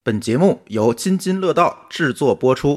本节目由津津乐道制作播出。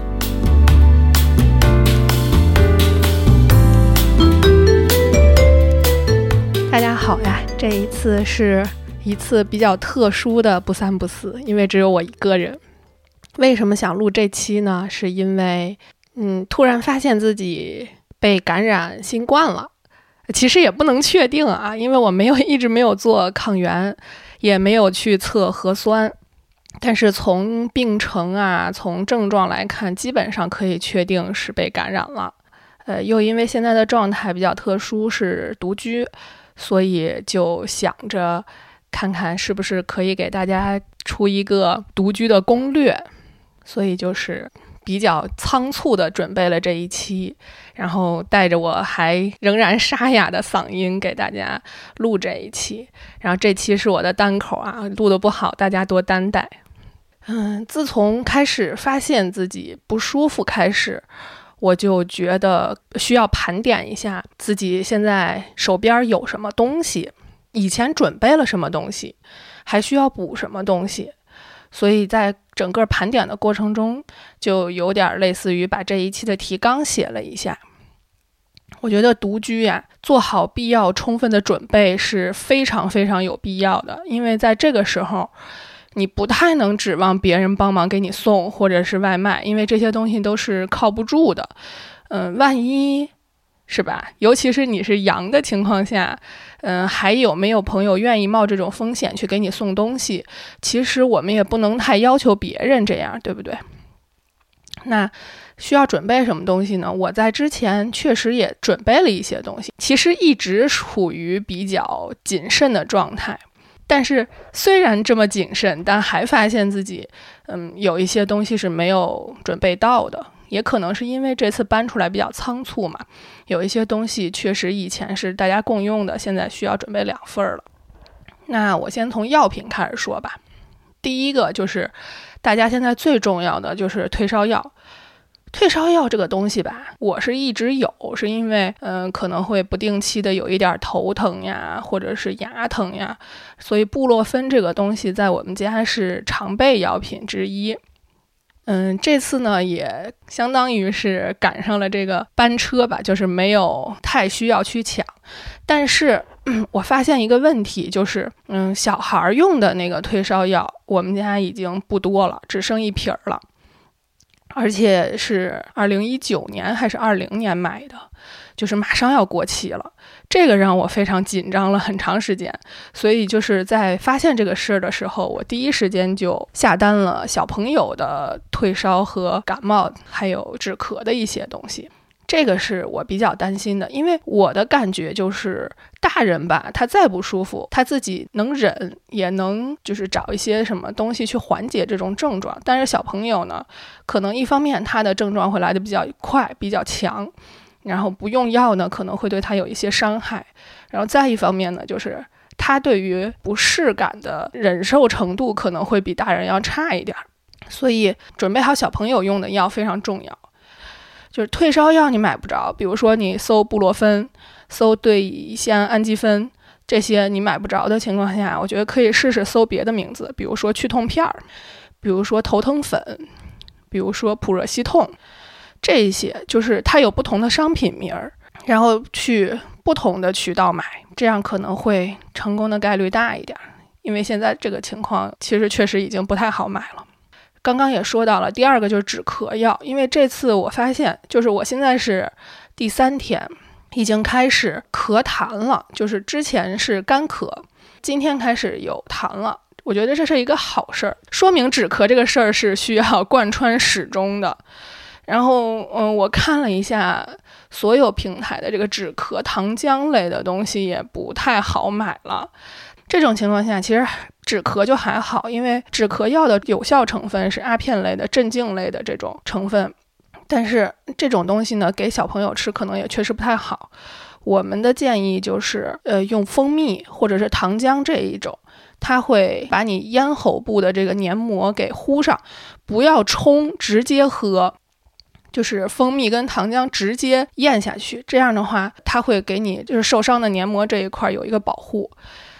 大家好呀，这一次是一次比较特殊的不三不四，因为只有我一个人。为什么想录这期呢？是因为突然发现自己被感染新冠了。其实也不能确定啊，因为我一直没有做抗原，也没有去测核酸。但是从病程啊，从症状来看，基本上可以确定是被感染了。又因为现在的状态比较特殊，是独居，所以就想着看看是不是可以给大家出一个独居的攻略，所以就是比较仓促的准备了这一期，然后带着我还仍然沙哑的嗓音给大家录这一期。然后这期是我的单口啊，录得不好大家多担待。自从开始发现自己不舒服开始，我就觉得需要盘点一下自己现在手边有什么东西，以前准备了什么东西，还需要补什么东西。所以在整个盘点的过程中，就有点类似于把这一期的提纲写了一下。我觉得独居呀，做好必要充分的准备是非常非常有必要的，因为在这个时候你不太能指望别人帮忙给你送或者是外卖，因为这些东西都是靠不住的。万一是吧，尤其是你是阳的情况下，还有没有朋友愿意冒这种风险去给你送东西，其实我们也不能太要求别人这样，对不对？那需要准备什么东西呢？我在之前确实也准备了一些东西，其实一直处于比较谨慎的状态。但是虽然这么谨慎，但还发现自己有一些东西是没有准备到的，也可能是因为这次搬出来比较仓促嘛，有一些东西确实以前是大家共用的，现在需要准备2份了。那我先从药品开始说吧。第一个就是大家现在最重要的就是退烧药。退烧药这个东西吧，我是一直有，是因为可能会不定期的有一点头疼呀，或者是牙疼呀，所以布洛芬这个东西在我们家是常备药品之一。这次呢也相当于是赶上了这个班车吧，就是没有太需要去抢。但是我发现一个问题，就是小孩用的那个退烧药我们家已经不多了，只剩1瓶了，而且是2019年还是20年买的，就是马上要过期了。这个让我非常紧张了很长时间，所以就是在发现这个事的时候，我第一时间就下单了小朋友的退烧和感冒还有止咳的一些东西。这个是我比较担心的，因为我的感觉就是大人吧，他再不舒服他自己能忍，也能就是找一些什么东西去缓解这种症状。但是小朋友呢，可能一方面他的症状会来得比较快比较强，然后不用药呢可能会对他有一些伤害，然后再一方面呢，就是他对于不适感的忍受程度可能会比大人要差一点，所以准备好小朋友用的药非常重要。就是退烧药你买不着，比如说你搜布洛芬、搜对乙酰氨基酚，这些你买不着的情况下，我觉得可以试试搜别的名字，比如说去痛片，比如说头疼粉，比如说普热西痛，这些就是它有不同的商品名，然后去不同的渠道买，这样可能会成功的概率大一点，因为现在这个情况其实确实已经不太好买了。刚刚也说到了，第二个就是止咳药，因为这次我发现就是我现在是第3天已经开始咳痰了，就是之前是干咳，今天开始有痰了，我觉得这是一个好事儿，说明止咳这个事儿是需要贯穿始终的。然后我看了一下所有平台的这个止咳糖浆类的东西也不太好买了，这种情况下其实止咳就还好，因为止咳药的有效成分是阿片类的镇静类的这种成分，但是这种东西呢给小朋友吃可能也确实不太好。我们的建议就是用蜂蜜或者是糖浆这一种，它会把你咽喉部的这个黏膜给糊上，不要冲，直接喝，就是蜂蜜跟糖浆直接咽下去，这样的话它会给你就是受伤的黏膜这一块有一个保护。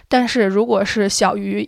但是如果是小于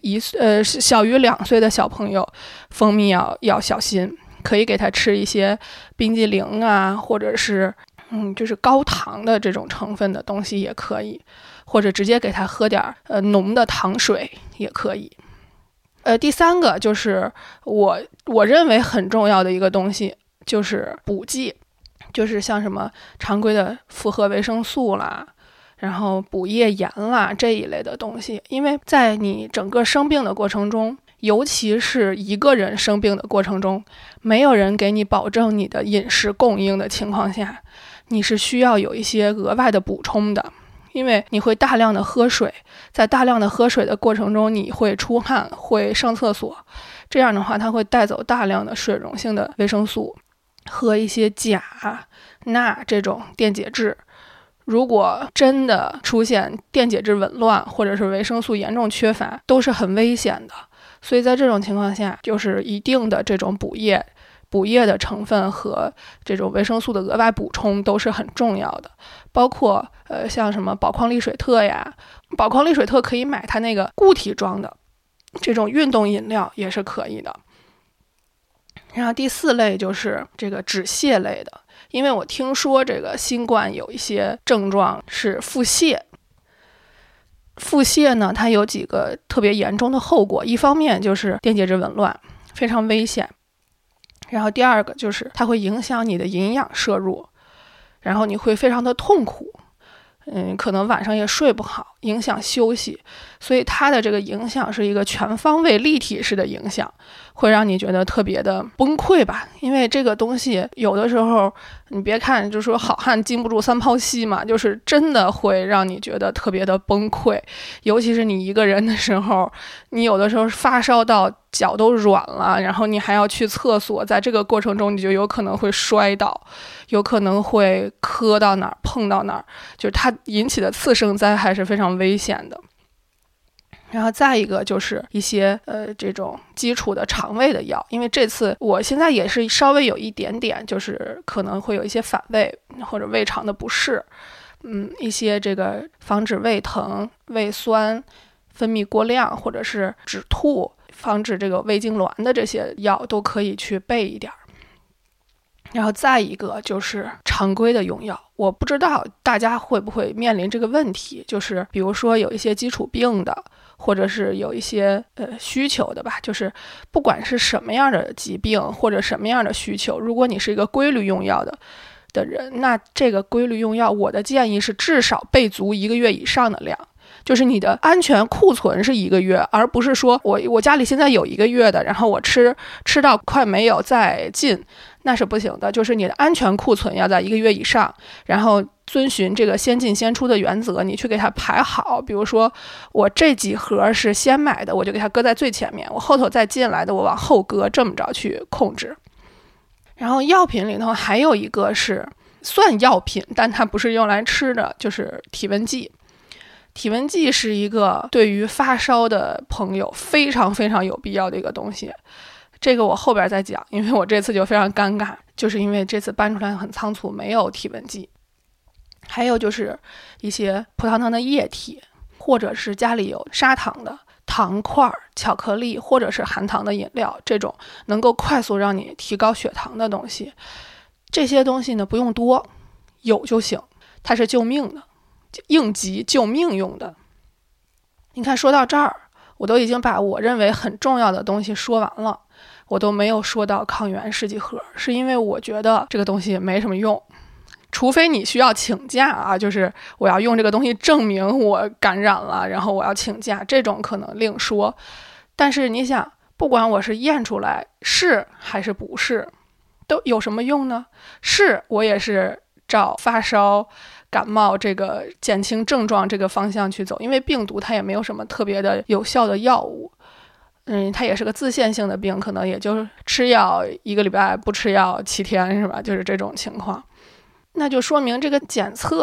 2岁的小朋友，蜂蜜要小心，可以给他吃一些冰激凌啊，或者是就是高糖的这种成分的东西也可以，或者直接给他喝点浓的糖水也可以。第三个就是我认为很重要的一个东西，就是补剂，就是像什么常规的复合维生素啦，然后补液盐啦这一类的东西。因为在你整个生病的过程中，尤其是一个人生病的过程中，没有人给你保证你的饮食供应的情况下，你是需要有一些额外的补充的。因为你会大量的喝水，在大量的喝水的过程中，你会出汗，会上厕所，这样的话它会带走大量的水溶性的维生素和一些钾、钠这种电解质。如果真的出现电解质紊乱或者是维生素严重缺乏，都是很危险的。所以在这种情况下，就是一定的这种补液的成分和这种维生素的额外补充都是很重要的。包括像什么宝矿力水特呀，宝矿力水特可以买它那个固体装的，这种运动饮料也是可以的。然后第4类就是这个止泻类的，因为我听说这个新冠有一些症状是腹泻。腹泻呢，它有几个特别严重的后果，一方面就是电解质紊乱，非常危险。然后第二个就是它会影响你的营养摄入，然后你会非常的痛苦，可能晚上也睡不好，影响休息。所以它的这个影响是一个全方位立体式的影响，会让你觉得特别的崩溃吧。因为这个东西有的时候你别看就是说好汉经不住三泡稀嘛，就是真的会让你觉得特别的崩溃。尤其是你一个人的时候，你有的时候发烧到脚都软了，然后你还要去厕所，在这个过程中你就有可能会摔倒，有可能会磕到哪儿碰到哪儿，就是它引起的次生灾害是非常危险的。然后再一个就是一些这种基础的肠胃的药，因为这次我现在也是稍微有一点点，就是可能会有一些反胃或者胃肠的不适，一些这个防止胃疼、胃酸、分泌过量或者是止吐、防止这个胃痉挛的这些药都可以去备一点。然后再一个就是常规的用药，我不知道大家会不会面临这个问题，就是比如说有一些基础病的，或者是有一些需求的吧，就是不管是什么样的疾病或者什么样的需求，如果你是一个规律用药的人，那这个规律用药，我的建议是至少备足1个月以上的量。就是你的安全库存是1个月，而不是说我家里现在有1个月的，然后我吃到快没有再进，那是不行的。就是你的安全库存要在1个月以上，然后遵循这个先进先出的原则，你去给它排好。比如说我这几盒是先买的，我就给它搁在最前面，我后头再进来的我往后搁，这么着去控制。然后药品里头还有一个是算药品，但它不是用来吃的，就是体温计。体温计是一个对于发烧的朋友非常非常有必要的一个东西，这个我后边再讲，因为我这次就非常尴尬，就是因为这次搬出来很仓促，没有体温计。还有就是一些葡萄糖的液体，或者是家里有砂糖的糖块、巧克力，或者是含糖的饮料，这种能够快速让你提高血糖的东西。这些东西呢不用多，有就行，它是救命的，应急救命用的。你看说到这儿，我都已经把我认为很重要的东西说完了，我都没有说到抗原试剂盒，是因为我觉得这个东西没什么用，除非你需要请假啊，就是我要用这个东西证明我感染了，然后我要请假，这种可能另说。但是你想，不管我是验出来是还是不是，都有什么用呢？是我也是照发烧感冒这个减轻症状这个方向去走，因为病毒它也没有什么特别的有效的药物，它也是个自限性的病，可能也就是吃药1个礼拜，不吃药7天，是吧？就是这种情况。那就说明这个检测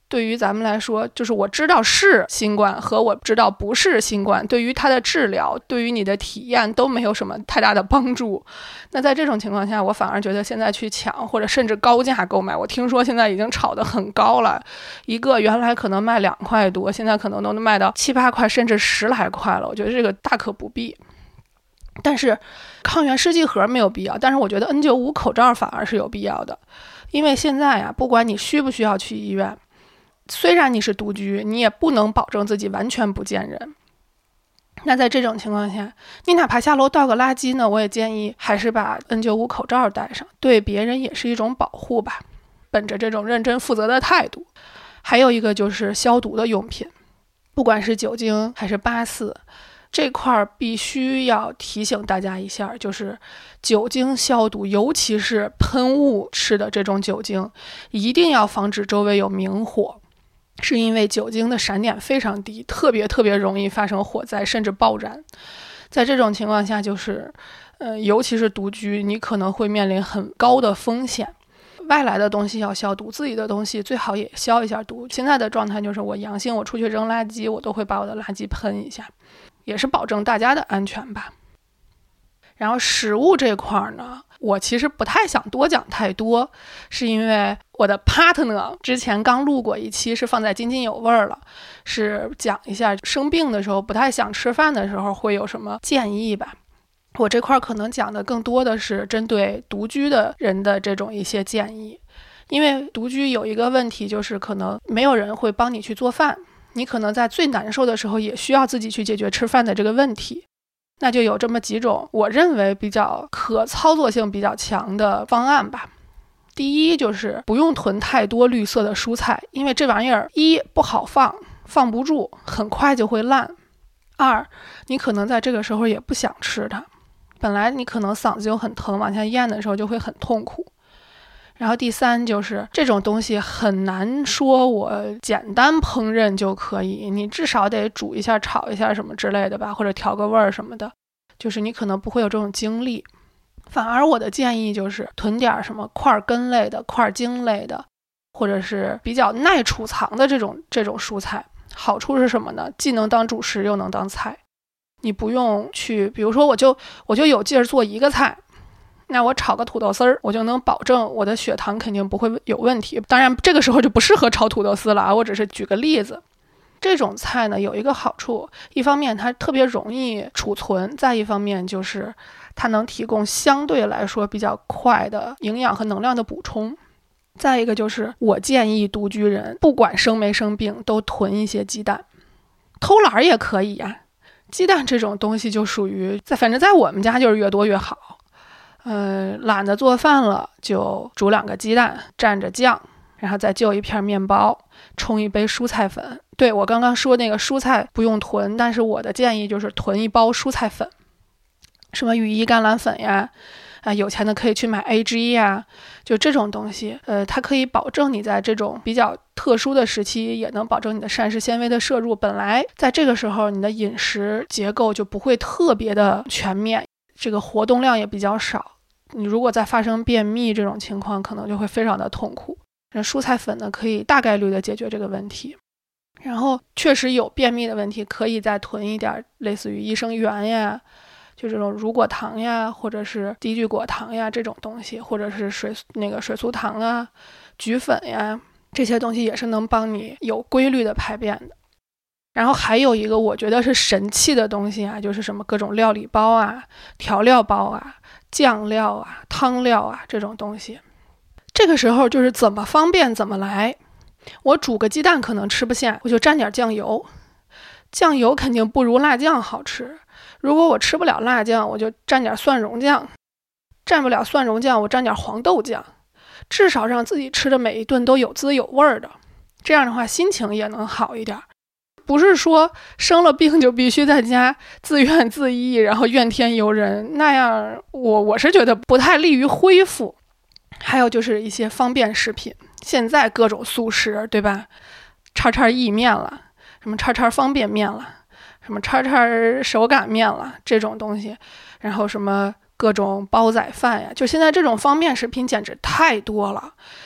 对于咱们来说，就是我知道是新冠和我知道不是新冠，对于它的治疗，对于你的体验都没有什么太大的帮助。那在这种情况下，我反而觉得现在去抢或者甚至高价购买，我听说现在已经炒得很高了，一个原来可能卖2块多，现在可能都能卖到7、8块甚至10来块了，我觉得这个大可不必。但是抗原试剂盒没有必要，但是我觉得 N95 口罩反而是有必要的。因为现在呀，不管你需不需要去医院，虽然你是独居，你也不能保证自己完全不见人。那在这种情况下，你哪怕下楼倒个垃圾呢，我也建议还是把 N95 口罩戴上，对别人也是一种保护吧，本着这种认真负责的态度。还有一个就是消毒的用品，不管是酒精还是8·4，这块必须要提醒大家一下，就是酒精消毒，尤其是喷雾式的这种酒精，一定要防止周围有明火，是因为酒精的闪点非常低，特别容易发生火灾甚至爆燃。在这种情况下，就是尤其是独居，你可能会面临很高的风险。外来的东西要消毒，自己的东西最好也消一下毒。现在的状态就是我阳性，我出去扔垃圾，我都会把我的垃圾喷一下，也是保证大家的安全吧。然后食物这块呢，我其实不太想多讲太多，是因为我的 partner 之前刚录过一期，是放在津津有味了，是讲一下生病的时候不太想吃饭的时候会有什么建议吧。我这块可能讲的更多的是针对独居的人的这种一些建议。因为独居有一个问题，就是可能没有人会帮你去做饭，你可能在最难受的时候也需要自己去解决吃饭的这个问题。那就有这么几种我认为比较可操作性比较强的方案吧。第一就是不用囤太多绿色的蔬菜，因为这玩意儿一不好放，放不住，很快就会烂；二你可能在这个时候也不想吃它，本来你可能嗓子就很疼，往下咽的时候就会很痛苦。然后第三就是这种东西很难说我简单烹饪就可以，你至少得煮一下炒一下什么之类的吧，或者调个味儿什么的，就是你可能不会有这种经历。反而我的建议就是囤点什么块根类的、块茎类的，或者是比较耐储藏的这种蔬菜。好处是什么呢？既能当主食又能当菜。你不用去，比如说我就有劲儿做一个菜，那我炒个土豆丝儿，我就能保证我的血糖肯定不会有问题。当然这个时候就不适合炒土豆丝了啊，我只是举个例子。这种菜呢有一个好处，一方面它特别容易储存，再一方面就是它能提供相对来说比较快的营养和能量的补充。再一个就是我建议独居人不管生没生病都囤一些鸡蛋，偷懒也可以呀。鸡蛋这种东西就属于反正在我们家就是越多越好。懒得做饭了就煮2个鸡蛋蘸着酱，然后再就一片面包，冲一杯蔬菜粉。对，我刚刚说那个蔬菜不用囤，但是我的建议就是囤一包蔬菜粉，什么羽衣甘蓝粉呀，有钱的可以去买 AG 呀，就这种东西，它可以保证你在这种比较特殊的时期也能保证你的膳食纤维的摄入。本来在这个时候你的饮食结构就不会特别的全面，这个活动量也比较少，你如果再发生便秘这种情况可能就会非常的痛苦。蔬菜粉呢可以大概率的解决这个问题。然后确实有便秘的问题，可以再囤一点类似于益生元呀，就这种乳果糖呀，或者是低聚果糖呀这种东西，或者是水苏糖啊、菊粉呀，这些东西也是能帮你有规律的排便的。然后还有一个我觉得是神器的东西啊，就是什么各种料理包啊、调料包啊、酱料啊、汤料啊这种东西。这个时候就是怎么方便怎么来。我煮个鸡蛋可能吃不下，我就沾点酱油，酱油肯定不如辣酱好吃。如果我吃不了辣酱，我就蘸点蒜蓉酱，蘸不了蒜蓉酱，我蘸点黄豆酱，至少让自己吃的每一顿都有滋有味的。这样的话心情也能好一点。不是说生了病就必须在家自怨自艾，然后怨天尤人，那样我是觉得不太利于恢复。还有就是一些方便食品，现在各种速食，对吧？叉叉意面了，什么叉叉方便面了，什么叉叉手擀面了，这种东西，然后什么各种煲仔饭呀，就现在这种方便食品简直太多了。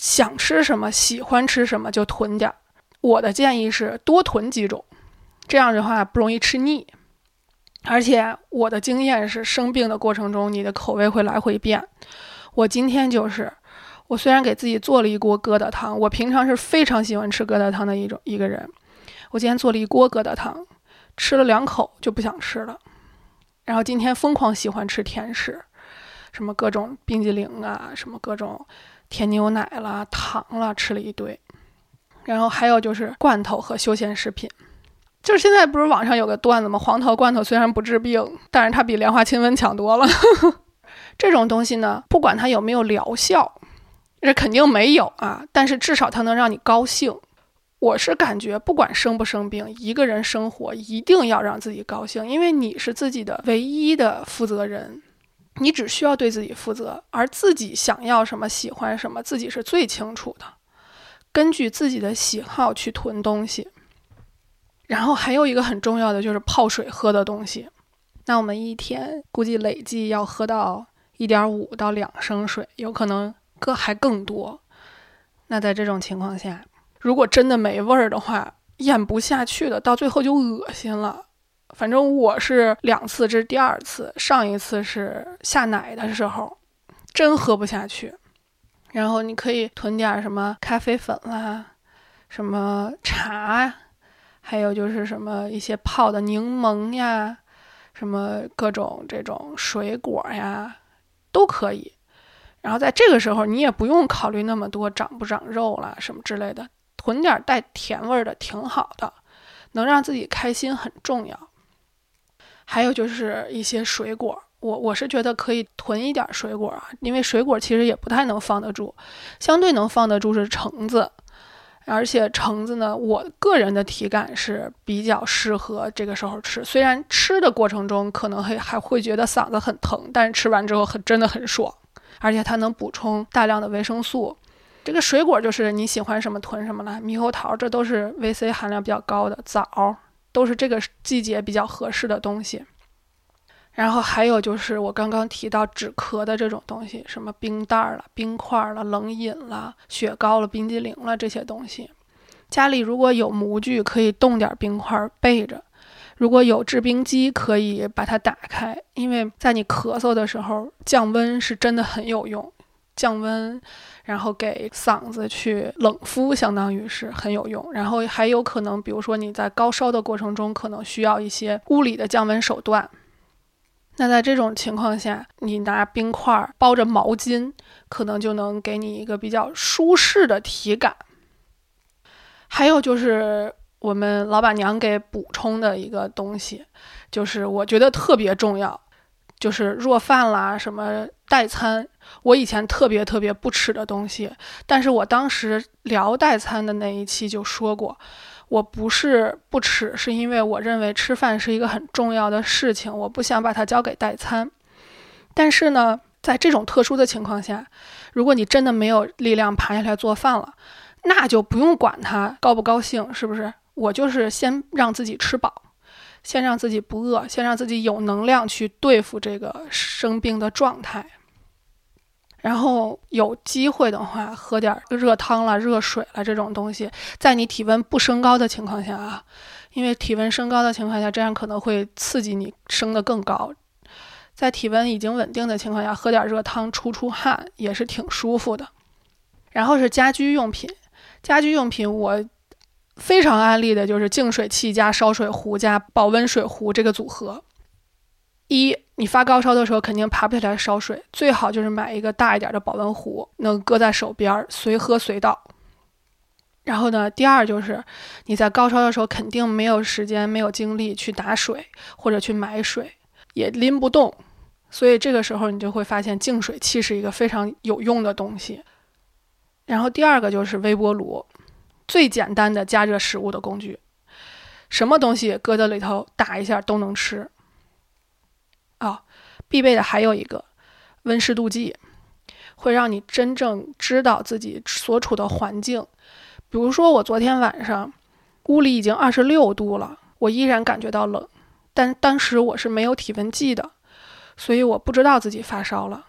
想吃什么喜欢吃什么就囤点。我的建议是多囤几种，这样的话不容易吃腻。而且我的经验是，生病的过程中你的口味会来回变。我今天我虽然给自己做了一锅疙瘩汤，我平常是非常喜欢吃疙瘩汤的一个人，我今天做了一锅疙瘩汤，吃了2口就不想吃了。然后今天疯狂喜欢吃甜食，什么各种冰激凌啊，什么各种甜牛奶啦、糖啦，吃了一堆。然后还有就是罐头和休闲食品，就是现在不是网上有个段子吗？黄桃罐头虽然不治病，但是它比莲花清瘟强多了。这种东西呢，不管它有没有疗效，这肯定没有啊，但是至少它能让你高兴。我是感觉不管生不生病，一个人生活一定要让自己高兴，因为你是自己的唯一的负责人，你只需要对自己负责，而自己想要什么喜欢什么自己是最清楚的，根据自己的喜好去囤东西。然后还有一个很重要的就是泡水喝的东西，那我们一天估计累计要喝到1.5到2升水，有可能还更多。那在这种情况下，如果真的没味儿的话，咽不下去的，到最后就恶心了。反正我是2次，这是第2次，上一次是下奶的时候，真喝不下去。然后你可以囤点什么咖啡粉啦，什么茶，还有就是什么一些泡的柠檬呀，什么各种这种水果呀，都可以。然后在这个时候，你也不用考虑那么多长不长肉啦什么之类的，囤点带甜味的挺好的，能让自己开心很重要。还有就是一些水果，我是觉得可以囤一点水果啊，因为水果其实也不太能放得住，相对能放得住是橙子。而且橙子呢，我个人的体感是比较适合这个时候吃，虽然吃的过程中可能还会觉得嗓子很疼，但是吃完之后真的很爽，而且它能补充大量的维生素。这个水果就是你喜欢什么囤什么了，猕猴桃这都是 VC 含量比较高的，枣都是这个季节比较合适的东西。然后还有就是我刚刚提到止咳的这种东西，什么冰袋了、冰块了、冷饮了、雪糕了、冰激凌了，这些东西家里如果有模具可以冻点冰块备着，如果有制冰机可以把它打开，因为在你咳嗽的时候降温是真的很有用，降温然后给嗓子去冷敷相当于是很有用。然后还有可能比如说你在高烧的过程中可能需要一些物理的降温手段，那在这种情况下，你拿冰块包着毛巾，可能就能给你一个比较舒适的体感。还有就是我们老板娘给补充的一个东西，就是我觉得特别重要，就是若饭啦，什么代餐。我以前特别不吃的东西，但是我当时聊代餐的那一期就说过，我不是不吃，是因为我认为吃饭是一个很重要的事情，我不想把它交给代餐。但是呢，在这种特殊的情况下，如果你真的没有力量爬下来做饭了，那就不用管它高不高兴，是不是？我就是先让自己吃饱，先让自己不饿，先让自己有能量去对付这个生病的状态。然后有机会的话，喝点热汤了、热水了这种东西，在你体温不升高的情况下啊，因为体温升高的情况下，这样可能会刺激你升得更高。在体温已经稳定的情况下，喝点热汤出汗也是挺舒服的。然后是家居用品，家居用品我非常安利的就是净水器加烧水壶加保温水壶这个组合。你发高烧的时候肯定爬不起来烧水，最好就是买一个大一点的保温壶，能搁在手边随喝随到。然后呢，第二就是你在高烧的时候肯定没有时间没有精力去打水或者去买水，也拎不动，所以这个时候你就会发现净水器是一个非常有用的东西。然后第二个就是微波炉，最简单的加热食物的工具，什么东西搁在里头打一下都能吃。必备的还有一个温湿度计，会让你真正知道自己所处的环境。比如说我昨天晚上屋里已经26度了，我依然感觉到冷，但当时我是没有体温计的，所以我不知道自己发烧了。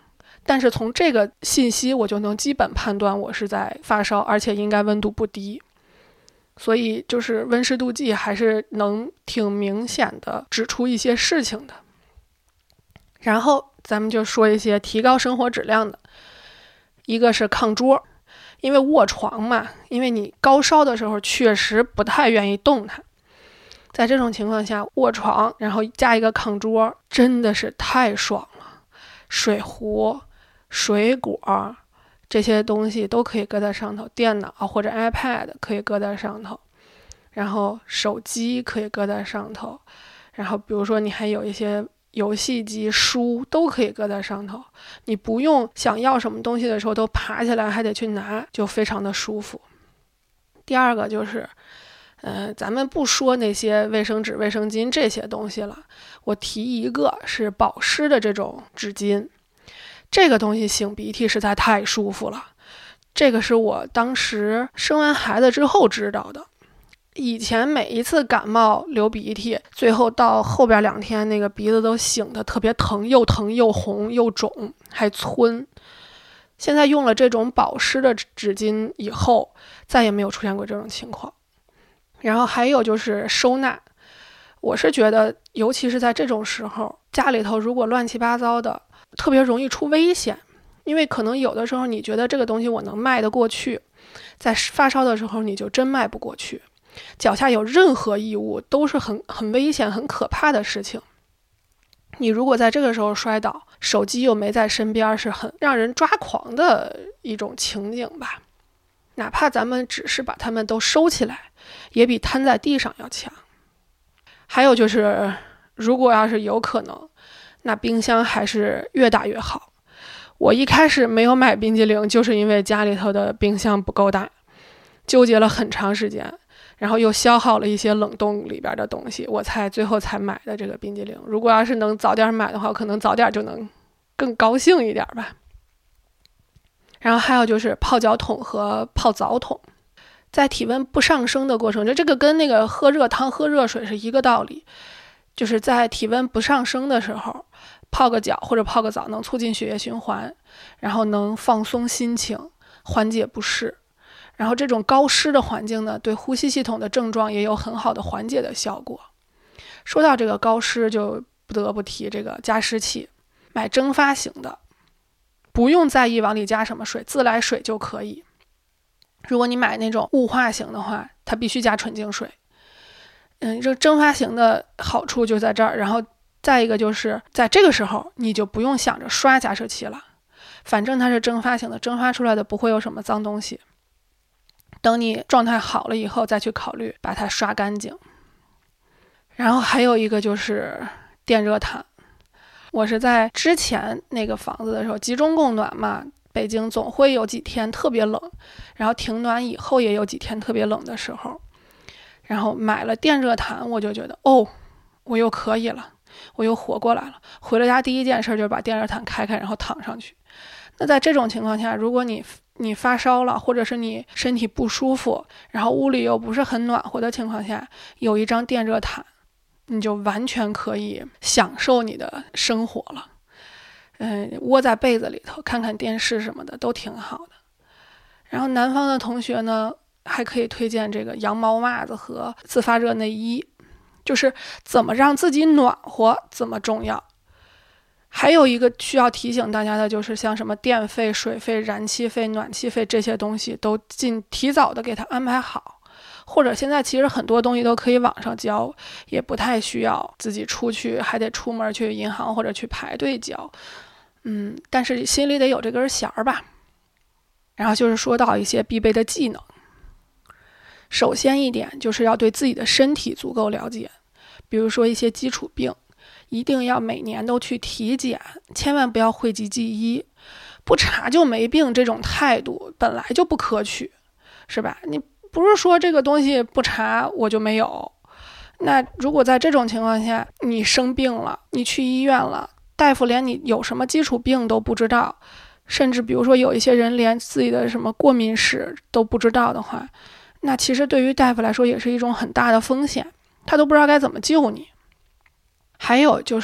但是从这个信息我就能基本判断我是在发烧，而且应该温度不低。所以就是温湿度计还是能挺明显的指出一些事情的。然后咱们就说一些提高生活质量的，一个是炕桌，因为卧床嘛，因为你高烧的时候确实不太愿意动它，在这种情况下卧床然后加一个炕桌真的是太爽了，水壶、水果这些东西都可以搁在上头，电脑或者 iPad 可以搁在上头，然后手机可以搁在上头，然后比如说你还有一些游戏机、书都可以搁在上头，你不用想要什么东西的时候都爬起来还得去拿，就非常的舒服。第二个就是咱们不说那些卫生纸、卫生巾这些东西了，我提一个是保湿的这种纸巾。这个东西擤鼻涕实在太舒服了，这个是我当时生完孩子之后知道的。以前每一次感冒流鼻涕，最后到后边2天那个鼻子都擤得特别疼又红又肿还皴。现在用了这种保湿的纸巾以后，再也没有出现过这种情况。然后还有就是收纳，我是觉得尤其是在这种时候，家里头如果乱七八糟的，特别容易出危险。因为可能有的时候你觉得这个东西我能迈得过去，在发烧的时候你就真迈不过去，脚下有任何异物都是很危险很可怕的事情。你如果在这个时候摔倒，手机又没在身边，是很让人抓狂的一种情景吧。哪怕咱们只是把它们都收起来，也比摊在地上要强。还有就是如果要是有可能，那冰箱还是越大越好。我一开始没有买冰激凌，就是因为家里头的冰箱不够大，纠结了很长时间，然后又消耗了一些冷冻里边的东西，我最后才买的这个冰激凌。如果要是能早点买的话，我可能早点就能更高兴一点吧。然后还有就是泡脚桶和泡澡桶，在体温不上升的过程中，这个跟那个喝热汤喝热水是一个道理，就是在体温不上升的时候泡个脚或者泡个澡，能促进血液循环，然后能放松心情，缓解不适。然后这种高湿的环境呢，对呼吸系统的症状也有很好的缓解的效果。说到这个高湿，就不得不提这个加湿器，买蒸发型的，不用在意往里加什么水，自来水就可以。如果你买那种雾化型的话，它必须加纯净水。这蒸发型的好处就在这儿。然后再一个就是在这个时候你就不用想着刷加湿器了，反正它是蒸发型的，蒸发出来的不会有什么脏东西，等你状态好了以后再去考虑把它刷干净。然后还有一个就是电热毯，我是在之前那个房子的时候集中供暖嘛，北京总会有几天特别冷，然后停暖以后也有几天特别冷的时候，然后买了电热毯，我就觉得我又可以了，我又活过来了。回了家第一件事就是把电热毯开开，然后躺上去。那在这种情况下，如果你发烧了，或者是你身体不舒服，然后屋里又不是很暖和的情况下，有一张电热毯，你就完全可以享受你的生活了。窝在被子里头看看电视什么的都挺好的。然后南方的同学呢，还可以推荐这个羊毛袜子和自发热内衣，就是怎么让自己暖和怎么重要。还有一个需要提醒大家的就是像什么电费、水费、燃气费、暖气费这些东西都提早的给它安排好，或者现在其实很多东西都可以网上交，也不太需要自己出去还得出门去银行或者去排队交。但是心里得有这根弦儿吧。然后就是说到一些必备的技能，首先一点就是要对自己的身体足够了解，比如说一些基础病一定要每年都去体检，千万不要讳疾忌医，不查就没病，这种态度本来就不可取，是吧？你不是说这个东西不查我就没有。那如果在这种情况下你生病了，你去医院了，大夫连你有什么基础病都不知道，甚至比如说有一些人连自己的什么过敏史都不知道的话，那其实对于大夫来说也是一种很大的风险，他都不知道该怎么救你。还有就是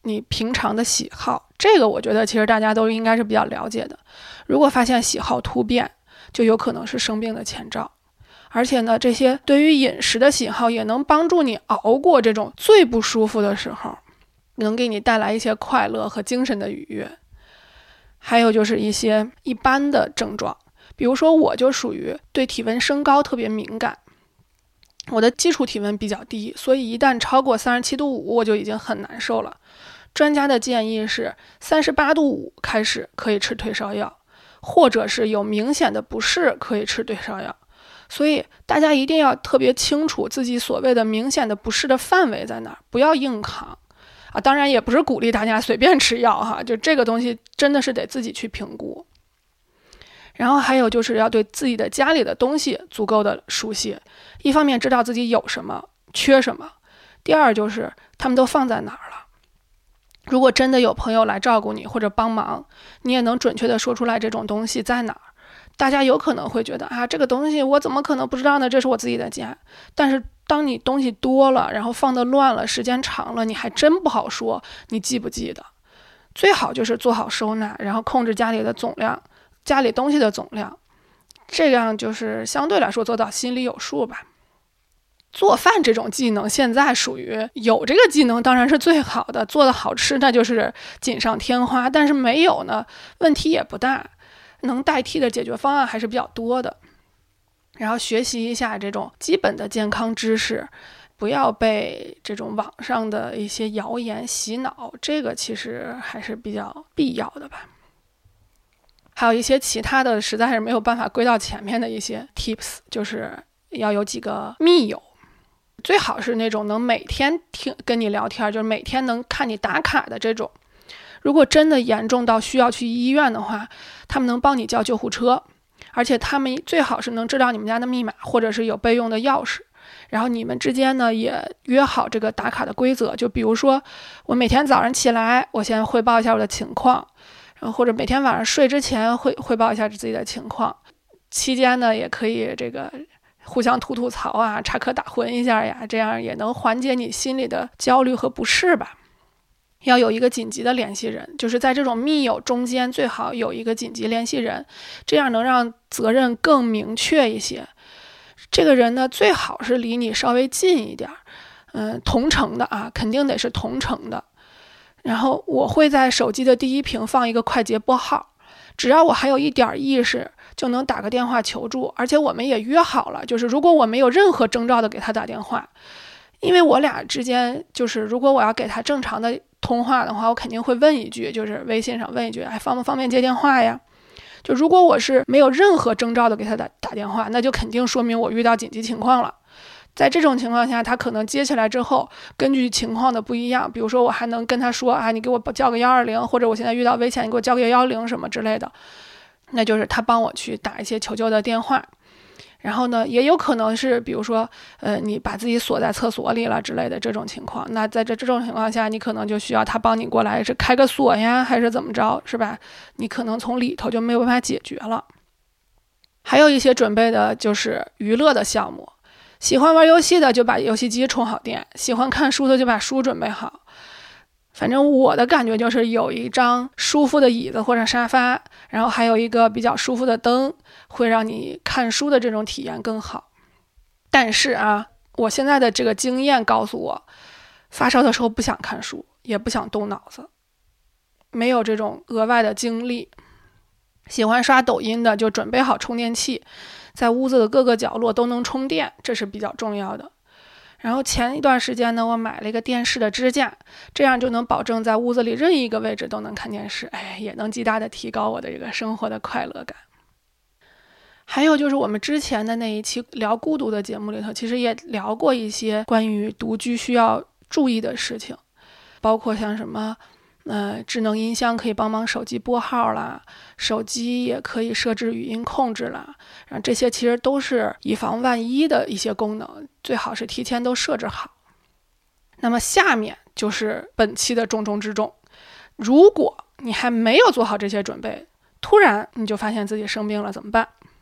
你平常的喜好，这个我觉得其实大家都应该是比较了解的。如果发现喜好突变，就有可能是生病的前兆。而且呢，这些对于饮食的喜好也能帮助你熬过这种最不舒服的时候，能给你带来一些快乐和精神的愉悦。还有就是一些一般的症状，比如说我就属于对体温升高特别敏感，我的基础体温比较低，所以一旦超过37.5度我就已经很难受了。专家的建议是38.5度开始可以吃退烧药，或者是有明显的不适可以吃退烧药。所以大家一定要特别清楚自己所谓的明显的不适的范围在哪儿，不要硬扛啊。当然也不是鼓励大家随便吃药哈，就这个东西真的是得自己去评估。然后还有就是要对自己的家里的东西足够的熟悉，一方面知道自己有什么缺什么，第二就是他们都放在哪儿了。如果真的有朋友来照顾你或者帮忙，你也能准确的说出来这种东西在哪儿。大家有可能会觉得啊，这个东西我怎么可能不知道呢？这是我自己的家。但是当你东西多了，然后放得乱了，时间长了，你还真不好说你记不记得。最好就是做好收纳，然后控制家里的总量，家里东西的总量，这样就是相对来说做到心里有数吧。做饭这种技能现在属于有这个技能当然是最好的，做的好吃那就是锦上添花，但是没有呢，问题也不大，能代替的解决方案还是比较多的。然后学习一下这种基本的健康知识，不要被这种网上的一些谣言洗脑，这个其实还是比较必要的吧。还有一些其他的实在是没有办法归到前面的一些 tips， 就是要有几个密友，最好是那种能每天跟你聊天，就是每天能看你打卡的这种。如果真的严重到需要去医院的话，他们能帮你叫救护车，而且他们最好是能知道你们家的密码，或者是有备用的钥匙。然后你们之间呢也约好这个打卡的规则，就比如说我每天早上起来我先汇报一下我的情况，然后或者每天晚上睡之前汇报一下自己的情况，期间呢也可以这个互相吐吐槽啊，插科打诨一下呀，这样也能缓解你心里的焦虑和不适吧。要有一个紧急的联系人，就是在这种密友中间最好有一个紧急联系人，这样能让责任更明确一些。这个人呢最好是离你稍微近一点，同城的啊，肯定得是同城的。然后我会在手机的第一屏放一个快捷拨号，只要我还有一点意识就能打个电话求助，而且我们也约好了，就是如果我没有任何征兆的给他打电话，因为我俩之间就是如果我要给他正常的通话的话，我肯定会问一句，就是微信上问一句，哎，方不方便接电话呀？就如果我是没有任何征兆的给他打电话，那就肯定说明我遇到紧急情况了。在这种情况下，他可能接起来之后，根据情况的不一样，比如说我还能跟他说啊，你给我叫个120，或者我现在遇到危险，你给我叫个110什么之类的，那就是他帮我去打一些求救的电话。然后呢，也有可能是比如说你把自己锁在厕所里了之类的这种情况，那在这种情况下，你可能就需要他帮你过来是开个锁呀，还是怎么着，是吧？你可能从里头就没有办法解决了。还有一些准备的就是娱乐的项目，喜欢玩游戏的就把游戏机充好电，喜欢看书的就把书准备好。反正我的感觉就是有一张舒服的椅子或者沙发，然后还有一个比较舒服的灯，会让你看书的这种体验更好。但是啊，我现在的这个经验告诉我，发烧的时候不想看书，也不想动脑子，没有这种额外的精力。喜欢刷抖音的就准备好充电器，在屋子的各个角落都能充电，这是比较重要的。然后前一段时间呢，我买了一个电视的支架，这样就能保证在屋子里任意一个位置都能看电视，也能极大的提高我的这个生活的快乐感。还有就是我们之前的那一期聊孤独的节目里头，其实也聊过一些关于独居需要注意的事情，包括像什么智能音箱可以帮忙手机拨号啦，手机也可以设置语音控制啦，然后这些其实都是以防万一的一些功能，最好是提前都设置好。那么下面就是本期的重中之重，如果你还没有做好这些准备，突然你就发现自己生病了怎么办？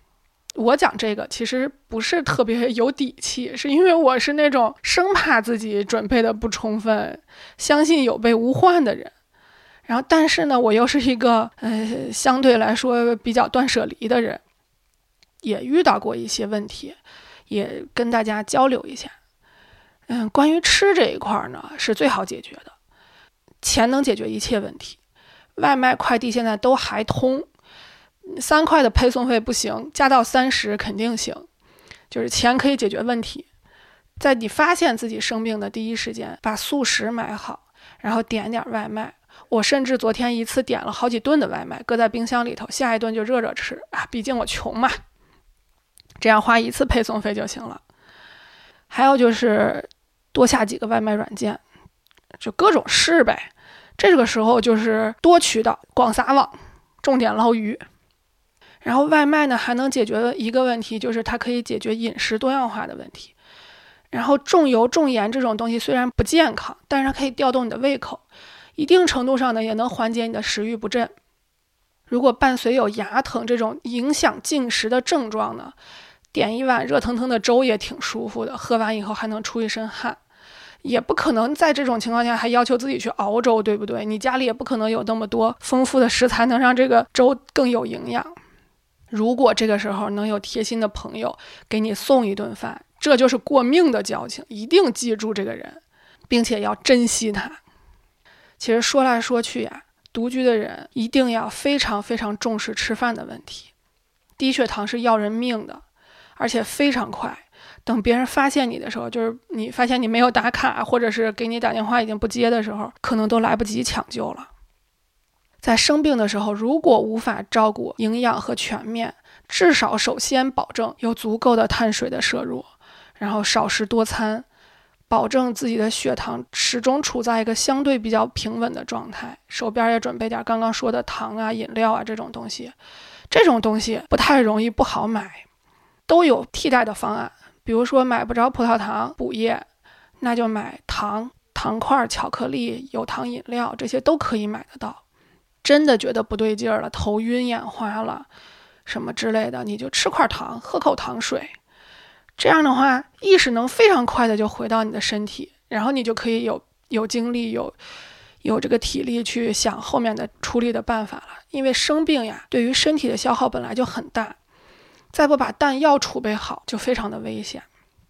我讲这个其实不是特别有底气，是因为我是那种生怕自己准备的不充分，相信有备无患的人。然后但是呢，我又是一个相对来说比较断舍离的人，也遇到过一些问题，也跟大家交流一下。关于吃这一块呢，是最好解决的，钱能解决一切问题。外卖快递现在都还通，3块的配送费不行，加到30肯定行，就是钱可以解决问题。在你发现自己生病的第一时间，把速食买好，然后点点外卖。我甚至昨天一次点了好几顿的外卖，搁在冰箱里头，下一顿就热热吃啊，毕竟我穷嘛，这样花一次配送费就行了。还有就是多下几个外卖软件，就各种试呗。这个时候就是多渠道，广撒网，重点捞鱼。然后外卖呢还能解决一个问题，就是它可以解决饮食多样化的问题。然后重油重盐这种东西虽然不健康，但是它可以调动你的胃口，一定程度上呢也能缓解你的食欲不振。如果伴随有牙疼这种影响进食的症状呢，点一碗热腾腾的粥也挺舒服的，喝完以后还能出一身汗。也不可能在这种情况下还要求自己去熬粥，对不对？你家里也不可能有那么多丰富的食材能让这个粥更有营养。如果这个时候能有贴心的朋友给你送一顿饭，这就是过命的交情，一定记住这个人，并且要珍惜他。其实说来说去呀，独居的人一定要非常非常重视吃饭的问题。低血糖是要人命的，而且非常快。等别人发现你的时候，就是你发现你没有打卡，或者是给你打电话已经不接的时候，可能都来不及抢救了。在生病的时候，如果无法照顾营养和全面，至少首先保证有足够的碳水的摄入，然后少食多餐，保证自己的血糖始终处在一个相对比较平稳的状态。手边也准备点刚刚说的糖啊、饮料啊这种东西，这种东西不太容易不好买，都有替代的方案。比如说买不着葡萄糖补液，那就买糖块、巧克力、有糖饮料，这些都可以买得到。真的觉得不对劲儿了，头晕眼花了什么之类的，你就吃块糖，喝口糖水，这样的话意识能非常快的就回到你的身体，然后你就可以有精力有这个体力去想后面的处理的办法了。因为生病呀，对于身体的消耗本来就很大，再不把弹药储备好就非常的危险。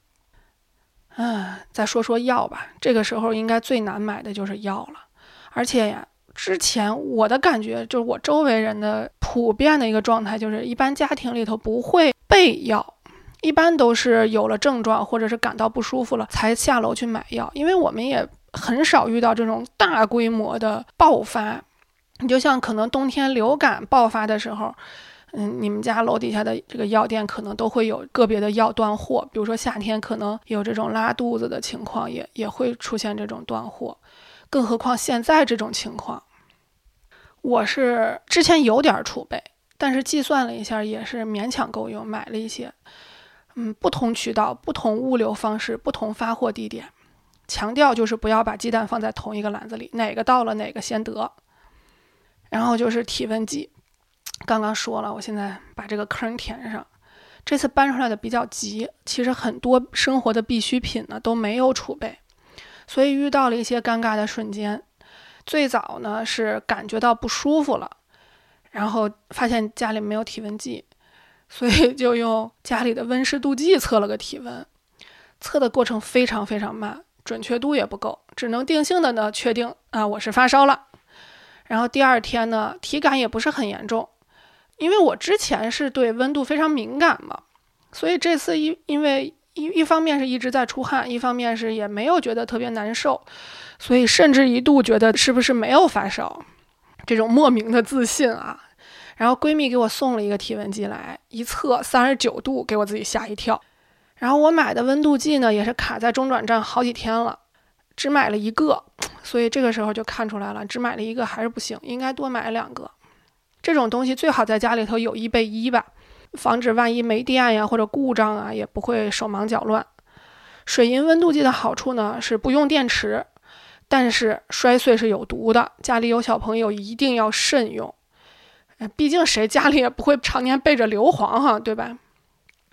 再说说药吧，这个时候应该最难买的就是药了。而且呀，之前我的感觉就是我周围人的普遍的一个状态，就是一般家庭里头不会备药，一般都是有了症状或者是感到不舒服了才下楼去买药。因为我们也很少遇到这种大规模的爆发，你就像可能冬天流感爆发的时候，你们家楼底下的这个药店可能都会有个别的药断货，比如说夏天可能有这种拉肚子的情况，也会出现这种断货，更何况现在这种情况。我是之前有点储备，但是计算了一下也是勉强够用，买了一些。不同渠道、不同物流方式、不同发货地点，强调就是不要把鸡蛋放在同一个篮子里，哪个到了哪个先得。然后就是体温计，刚刚说了，我现在把这个坑填上。这次搬出来的比较急，其实很多生活的必需品呢都没有储备，所以遇到了一些尴尬的瞬间。最早呢是感觉到不舒服了，然后发现家里没有体温计，所以就用家里的温湿度计测了个体温。测的过程非常非常慢，准确度也不够，只能定性的呢确定我是发烧了。然后第二天呢体感也不是很严重，因为我之前是对温度非常敏感嘛，所以这次因为一方面是一直在出汗，一方面是也没有觉得特别难受，所以甚至一度觉得是不是没有发烧，这种莫名的自信啊。然后闺蜜给我送了一个体温计来，一测39度，给我自己吓一跳。然后我买的温度计呢也是卡在中转站好几天了，只买了一个，所以这个时候就看出来了，只买了一个还是不行，应该多买2个。这种东西最好在家里头有一备一吧，防止万一没电呀或者故障啊也不会手忙脚乱。水银温度计的好处呢是不用电池，但是摔碎是有毒的，家里有小朋友一定要慎用。毕竟谁家里也不会常年备着硫磺哈，对吧？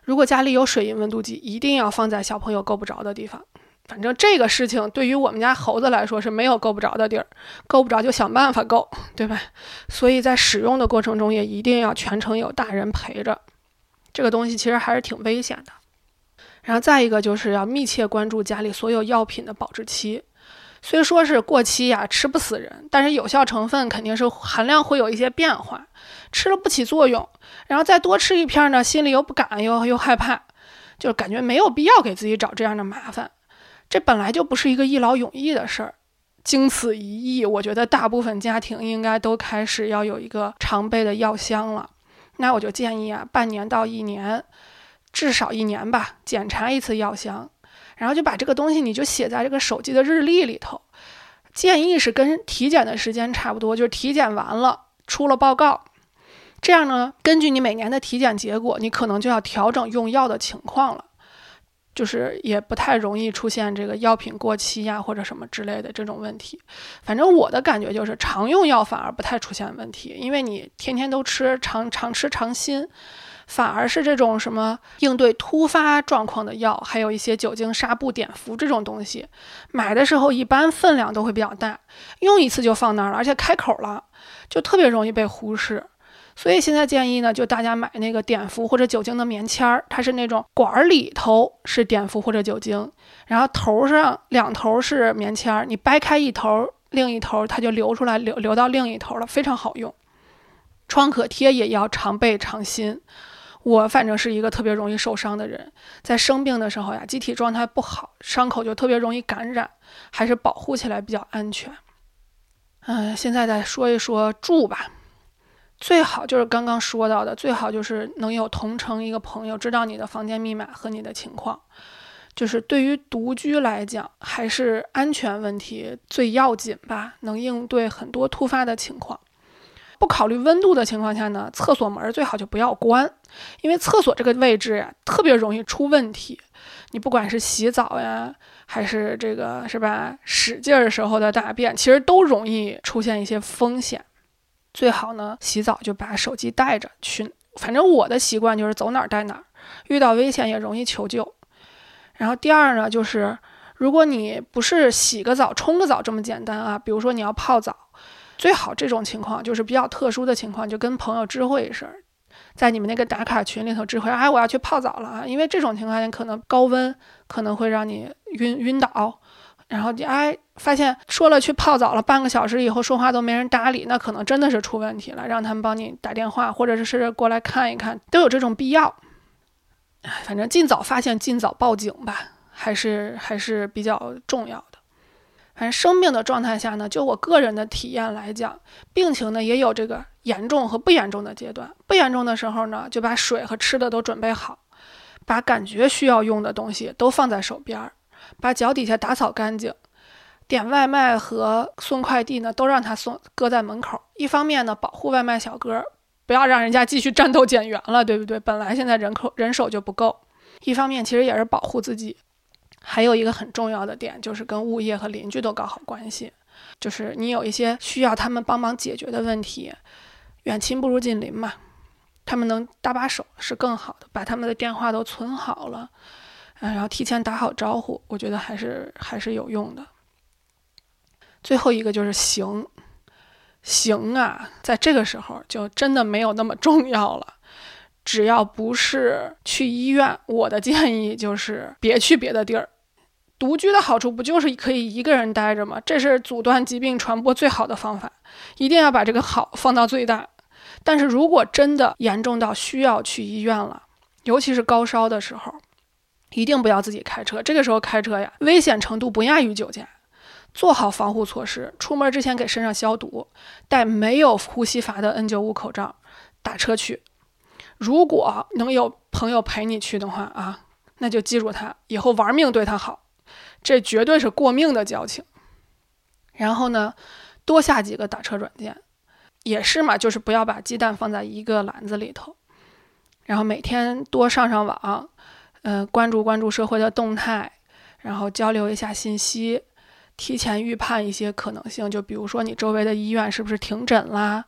如果家里有水银温度计，一定要放在小朋友够不着的地方。反正这个事情对于我们家猴子来说是没有够不着的地儿，够不着就想办法够，对吧？所以在使用的过程中也一定要全程有大人陪着，这个东西其实还是挺危险的。然后再一个就是要密切关注家里所有药品的保质期，虽说是过期呀，吃不死人，但是有效成分肯定是含量会有一些变化，吃了不起作用，然后再多吃一片呢，心里又不敢又害怕，就感觉没有必要给自己找这样的麻烦。这本来就不是一个一劳永逸的事儿，经此一役，我觉得大部分家庭应该都开始要有一个常备的药箱了。那我就建议半年到1年，至少1年吧，检查一次药箱，然后就把这个东西你就写在这个手机的日历里头。建议是跟体检的时间差不多，就是体检完了出了报告，这样呢，根据你每年的体检结果，你可能就要调整用药的情况了。就是也不太容易出现这个药品过期呀或者什么之类的这种问题。反正我的感觉就是常用药反而不太出现问题，因为你天天都吃，常吃常新，反而是这种什么应对突发状况的药，还有一些酒精、纱布、碘伏这种东西，买的时候一般分量都会比较大，用一次就放那儿了，而且开口了，就特别容易被忽视。所以现在建议呢，就大家买那个碘伏或者酒精的棉签儿，它是那种管里头是碘伏或者酒精，然后头上2头是棉签儿，你掰开一头，另一头它就流出来，流到另一头了，非常好用。创可贴也要常备常新。我反正是一个特别容易受伤的人，在生病的时候呀，机体状态不好，伤口就特别容易感染，还是保护起来比较安全。现在再说一说住吧。最好就是刚刚说到的，最好就是能有同城一个朋友知道你的房间密码和你的情况。就是对于独居来讲，还是安全问题最要紧吧，能应对很多突发的情况。不考虑温度的情况下呢，厕所门最好就不要关，因为厕所这个位置呀，特别容易出问题。你不管是洗澡呀，还是这个是吧，使劲时候的大便，其实都容易出现一些风险。最好呢，洗澡就把手机带着去，反正我的习惯就是走哪儿带哪儿，遇到危险也容易求救。然后第二呢，就是如果你不是洗个澡、冲个澡这么简单啊，比如说你要泡澡，最好这种情况就是比较特殊的情况，就跟朋友知会一声，在你们那个打卡群里头知会，我要去泡澡了啊，因为这种情况下可能高温可能会让你晕倒。然后发现说了去泡澡了，半个小时以后说话都没人搭理，那可能真的是出问题了，让他们帮你打电话，或者是过来看一看，都有这种必要。反正尽早发现尽早报警吧，还是比较重要的。反正生病的状态下呢，就我个人的体验来讲，病情呢也有这个严重和不严重的阶段。不严重的时候呢，就把水和吃的都准备好，把感觉需要用的东西都放在手边，把脚底下打扫干净，点外卖和送快递呢都让他搁在门口。一方面呢，保护外卖小哥，不要让人家继续战斗减员了，对不对？本来现在人手就不够。一方面其实也是保护自己。还有一个很重要的点，就是跟物业和邻居都搞好关系。就是你有一些需要他们帮忙解决的问题，远亲不如近邻嘛，他们能搭把手是更好的，把他们的电话都存好了，然后提前打好招呼，我觉得还是有用的。最后一个就是行啊，在这个时候就真的没有那么重要了。只要不是去医院，我的建议就是别去别的地儿。独居的好处不就是可以一个人待着吗？这是阻断疾病传播最好的方法，一定要把这个好放到最大。但是如果真的严重到需要去医院了，尤其是高烧的时候，一定不要自己开车。这个时候开车呀，危险程度不亚于酒驾。做好防护措施，出门之前给身上消毒，戴没有呼吸阀的 N95 口罩，打车去。如果能有朋友陪你去的话啊，那就记住他，以后玩命对他好，这绝对是过命的交情。然后呢，多下几个打车软件，也是嘛，就是不要把鸡蛋放在一个篮子里头。然后每天多上网，关注社会的动态，然后交流一下信息，提前预判一些可能性，就比如说你周围的医院是不是停诊啦，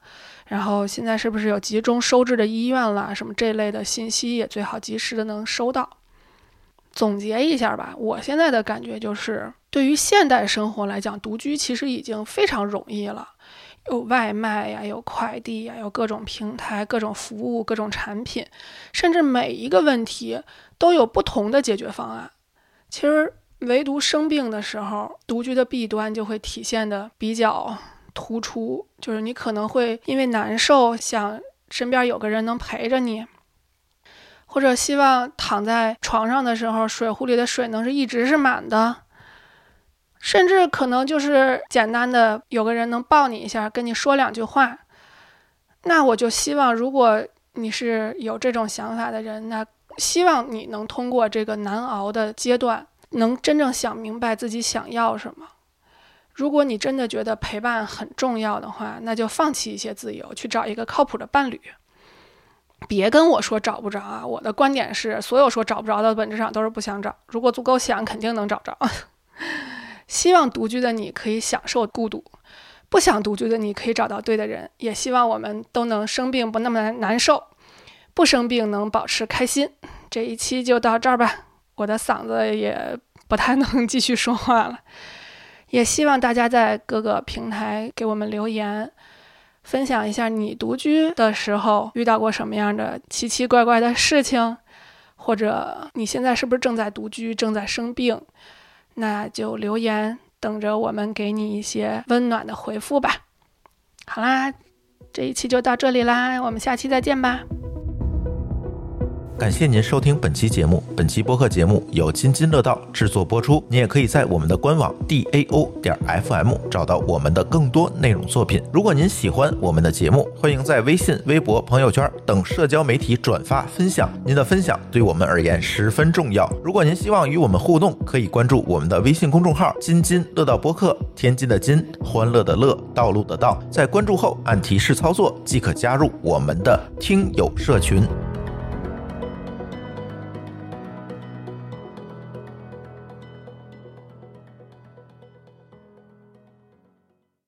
然后现在是不是有集中收治的医院啦，什么这类的信息也最好及时的能收到。总结一下吧，我现在的感觉就是，对于现代生活来讲，独居其实已经非常容易了，有外卖呀，有快递呀，有各种平台、各种服务、各种产品，甚至每一个问题都有不同的解决方案。其实唯独生病的时候，独居的弊端就会体现的比较突出，就是你可能会因为难受，想身边有个人能陪着你，或者希望躺在床上的时候，水壶里的水能是一直是满的，甚至可能就是简单的有个人能抱你一下，跟你说两句话。那我就希望，如果你是有这种想法的人，那希望你能通过这个难熬的阶段，能真正想明白自己想要什么。如果你真的觉得陪伴很重要的话，那就放弃一些自由，去找一个靠谱的伴侣。别跟我说找不着啊！我的观点是，所有说找不着的本质上都是不想找，如果足够想，肯定能找着。希望独居的你可以享受孤独，不想独居的你可以找到对的人，也希望我们都能生病不那么难受，不生病能保持开心。这一期就到这儿吧，我的嗓子也不太能继续说话了。也希望大家在各个平台给我们留言，分享一下你独居的时候遇到过什么样的奇奇怪怪的事情，或者你现在是不是正在独居，正在生病，那就留言等着我们给你一些温暖的回复吧。好啦，这一期就到这里啦，我们下期再见吧。 感谢您收听本期节目，本期播客节目由津津乐道制作播出。你也可以在我们的官网 DAO.FM 找到我们的更多内容作品。如果您喜欢我们的节目，欢迎在微信、微博、朋友圈等社交媒体转发分享，您的分享对我们而言十分重要。如果您希望与我们互动，可以关注我们的微信公众号津津乐道播客，天津的津，欢乐的乐，道路的道。在关注后按提示操作即可加入我们的听友社群。